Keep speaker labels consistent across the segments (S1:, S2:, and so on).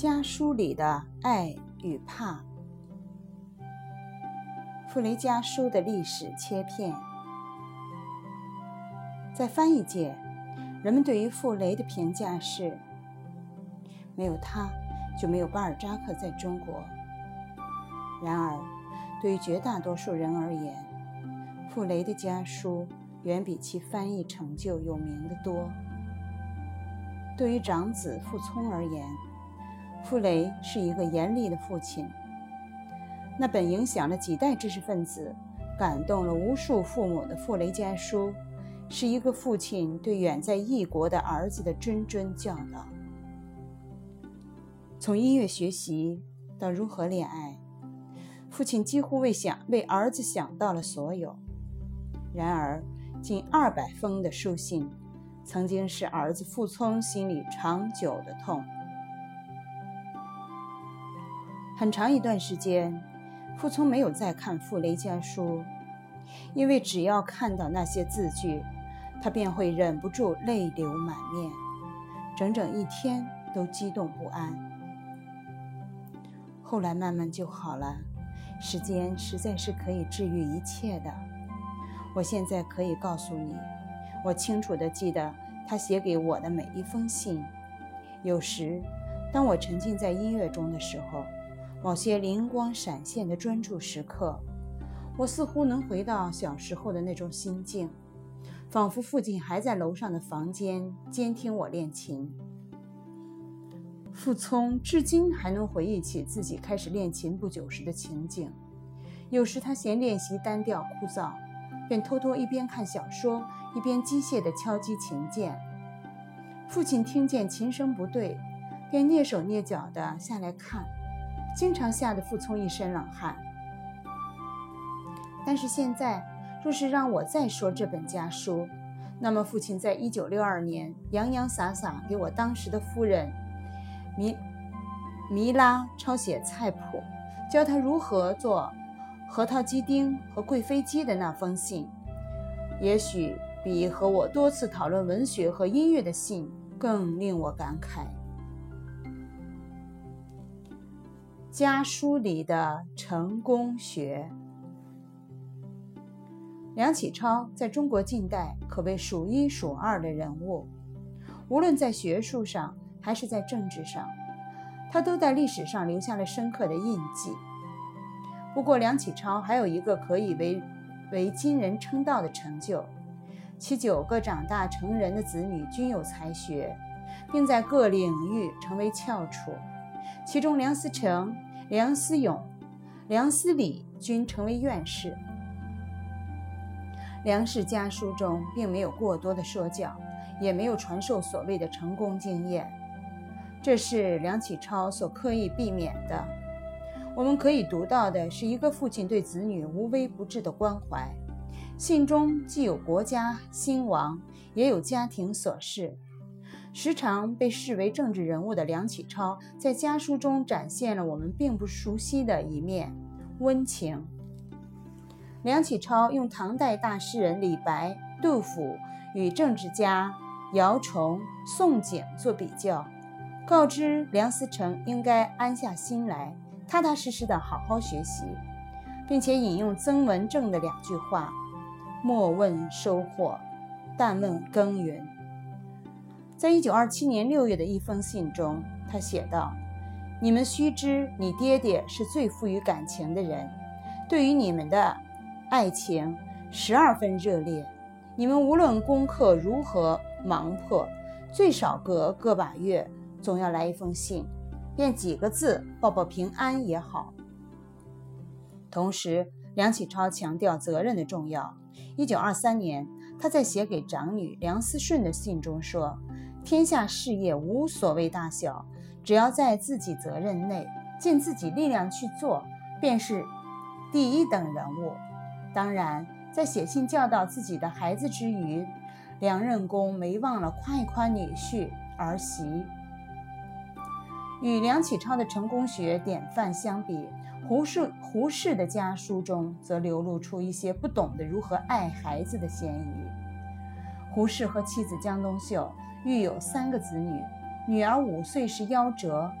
S1: 家书里的爱与怕。傅雷家书的历史切片。在翻译界，人们对于傅雷的评价是：没有他，就没有巴尔扎克在中国。然而，对于绝大多数人而言，傅雷的家书远比其翻译成就有名的多。对于长子傅聪而言，傅雷是一个严厉的父亲。那本影响了几代知识分子、感动了无数父母的傅雷家书，是一个父亲对远在异国的儿子的谆谆教导。从音乐学习到如何恋爱，父亲几乎为儿子想到了所有。然而，近200封的书信，曾经是儿子傅聪心里长久的痛。很长一段时间，傅聪没有再看傅雷家书，因为只要看到那些字句，他便会忍不住泪流满面，整整1天都激动不安。后来慢慢就好了，时间实在是可以治愈一切的。我现在可以告诉你，我清楚地记得他写给我的每一封信。有时，当我沉浸在音乐中的时候，某些灵光闪现的专注时刻，我似乎能回到小时候的那种心境，仿佛父亲还在楼上的房间监听我练琴。傅聪至今还能回忆起自己开始练琴不久时的情景。有时他嫌练习单调枯燥，便偷偷一边看小说，一边机械地敲击琴键。父亲听见琴声不对，便蹑手蹑脚地下来看，经常吓得傅聪一身冷汗。但是现在，若是让我再说这本家书，那么父亲在1962年洋洋洒洒给我当时的夫人弥拉抄写菜谱，教他如何做核桃鸡丁和贵妃鸡的那封信，也许比和我多次讨论文学和音乐的信更令我感慨。家书里的成功学。梁启超在中国近代可谓数1数2的人物，无论在学术上还是在政治上，他都在历史上留下了深刻的印记。不过梁启超还有一个可以为今人称道的成就，其9个长大成人的子女均有才学，并在各领域成为翘楚，其中梁思成、梁思永、梁思礼均成为院士。梁氏家书中并没有过多的说教，也没有传授所谓的成功经验，这是梁启超所刻意避免的。我们可以读到的是一个父亲对子女无微不至的关怀，信中既有国家兴亡，也有家庭琐事。时常被视为政治人物的梁启超，在家书中展现了我们并不熟悉的一面——温情。梁启超用唐代大诗人李白、杜甫与政治家姚崇、宋璟做比较，告知梁思成应该安下心来，踏踏实实地好好学习，并且引用曾文正的2句话：莫问收获，但问耕耘。在1927年6月的一封信中，他写道：你们须知，你爹爹是最富于感情的人，对于你们的爱情12分热烈，你们无论功课如何忙迫，最少隔个把月总要来一封信，便几个字报报平安也好。同时，梁启超强调责任的重要。1923年，他在写给长女梁思顺的信中说：天下事业无所谓大小，只要在自己责任内，尽自己力量去做，便是第一等人物。当然，在写信教导自己的孩子之余，梁任公没忘了夸一夸女婿儿媳。与梁启超的成功学典范相比，胡适的家书中则流露出一些不懂得如何爱孩子的嫌疑。胡适和妻子江冬秀育有3个子女，女儿5岁时夭折，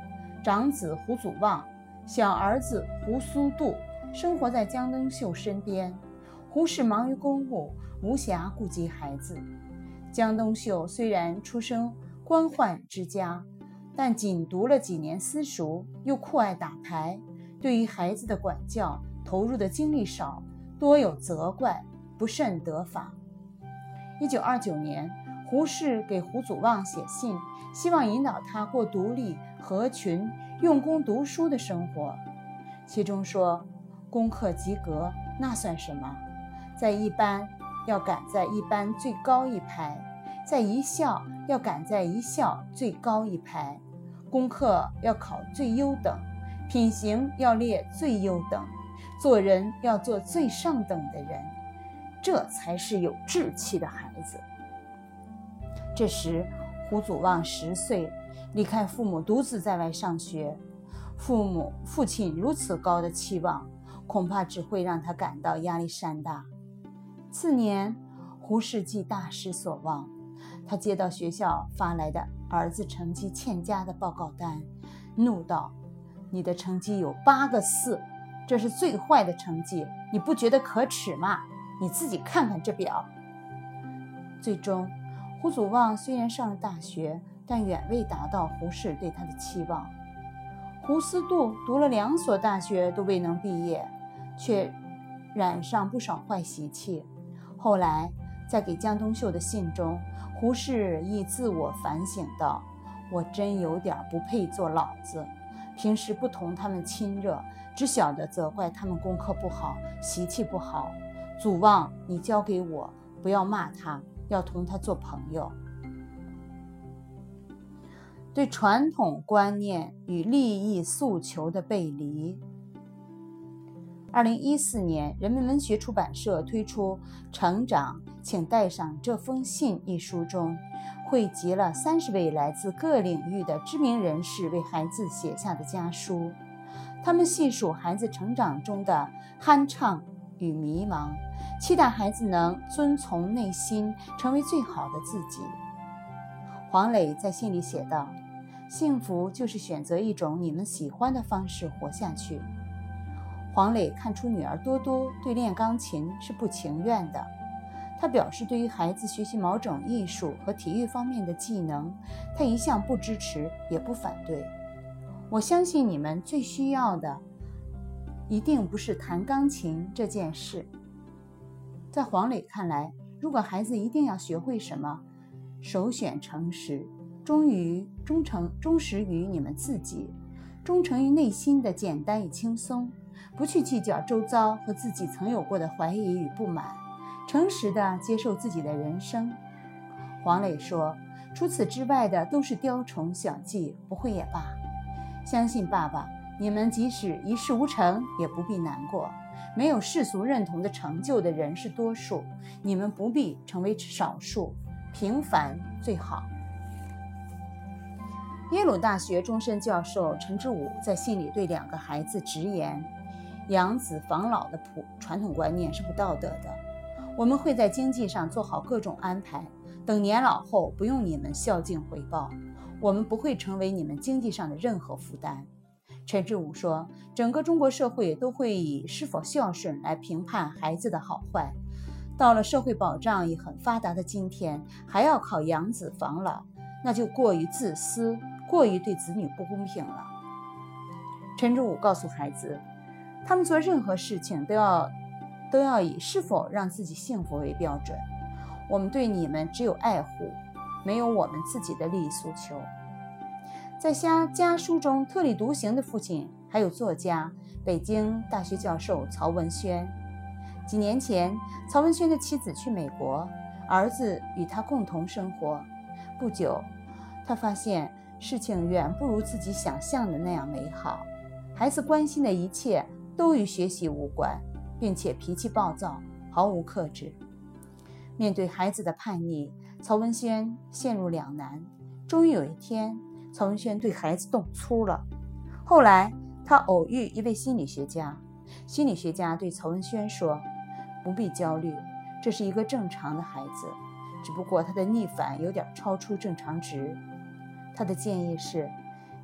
S1: 长子胡祖望、小儿子胡苏度生活在江登秀身边。胡氏忙于公务，无暇顾及孩子。江登秀虽然出身官宦之家，但仅读了几年私塾，又酷爱打牌，对于孩子的管教投入的精力少，多有责怪，不甚得法。1929年，胡适给胡祖望写信，希望引导他过独立、合群、用功读书的生活。其中说，功课及格那算什么？在一班要赶在一班最高一排，在一校要赶在一校最高一排，功课要考最优等，品行要列最优等，做人要做最上等的人，这才是有志气的孩子。这时胡祖望10岁，离开父母独自在外上学，父亲如此高的期望，恐怕只会让他感到压力山大。次年，胡适既大失所望，他接到学校发来的儿子成绩欠佳的报告单，怒道：“你的成绩有8个4，这是最坏的成绩，你不觉得可耻吗？你自己看看这表。”最终，胡祖望虽然上了大学，但远未达到胡适对他的期望。胡思度读了2所大学都未能毕业，却染上不少坏习气。后来在给江登秀的信中，胡适亦自我反省道：“我真有点不配做老子，平时不同他们亲热，只晓得责怪他们功课不好，习气不好。祖望，你交给我，不要骂他，要同他做朋友。”对传统观念与利益诉求的背离。2014年，人民文学出版社推出《成长，请带上这封信》一书中，汇集了30位来自各领域的知名人士为孩子写下的家书。他们细数孩子成长中的酣畅与迷茫，期待孩子能遵从内心，成为最好的自己。黄磊在信里写道：“幸福就是选择一种你们喜欢的方式活下去。”黄磊看出女儿多多对练钢琴是不情愿的，他表示对于孩子学习某种艺术和体育方面的技能，他一向不支持也不反对。我相信你们最需要的一定不是弹钢琴这件事。在黄磊看来，如果孩子一定要学会什么，首选诚实，忠实于你们自己，忠诚于内心的简单与轻松，不去计较周遭和自己曾有过的怀疑与不满，诚实地接受自己的人生。黄磊说，除此之外的都是雕虫小技，不会也罢。相信爸爸，你们即使一事无成，也不必难过。没有世俗认同的成就的人是多数，你们不必成为少数，平凡最好。耶鲁大学终身教授陈志武在信里对2个孩子直言：养子防老的传统观念是不道德的。我们会在经济上做好各种安排，等年老后不用你们孝敬回报，我们不会成为你们经济上的任何负担。陈志武说，整个中国社会都会以是否孝顺来评判孩子的好坏。到了社会保障已很发达的今天，还要靠养子防老，那就过于自私，过于对子女不公平了。陈志武告诉孩子，他们做任何事情都要以是否让自己幸福为标准。我们对你们只有爱护，没有我们自己的利益诉求。在家书中特立独行的父亲还有作家、北京大学教授曹文轩。几年前，曹文轩的妻子去美国，儿子与他共同生活。不久，他发现事情远不如自己想象的那样美好。孩子关心的一切都与学习无关，并且脾气暴躁，毫无克制。面对孩子的叛逆，曹文轩陷入两难。终于有一天，曹文轩对孩子动粗了。后来他偶遇一位心理学家，心理学家对曹文轩说，不必焦虑，这是一个正常的孩子，只不过他的逆反有点超出正常值。他的建议是，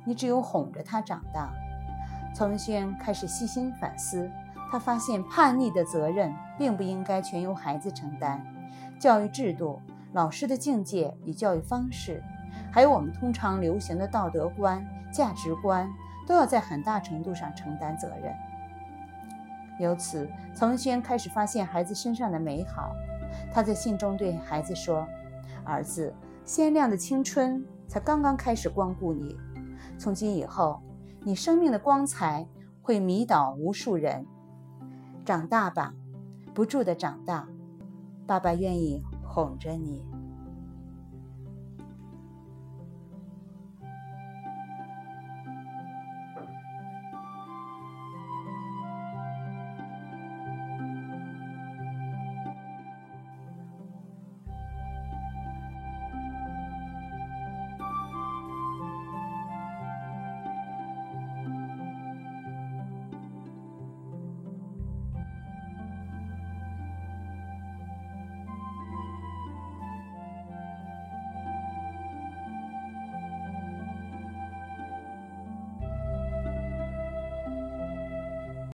S1: 你只有哄着他长大。曹文轩开始细心反思，他发现叛逆的责任并不应该全由孩子承担，教育制度、老师的境界与教育方式，还有我们通常流行的道德观、价值观，都要在很大程度上承担责任。由此，曹文轩开始发现孩子身上的美好。他在信中对孩子说：“儿子，鲜亮的青春才刚刚开始光顾你，从今以后，你生命的光彩会迷倒无数人。长大吧，不住地长大，爸爸愿意哄着你。”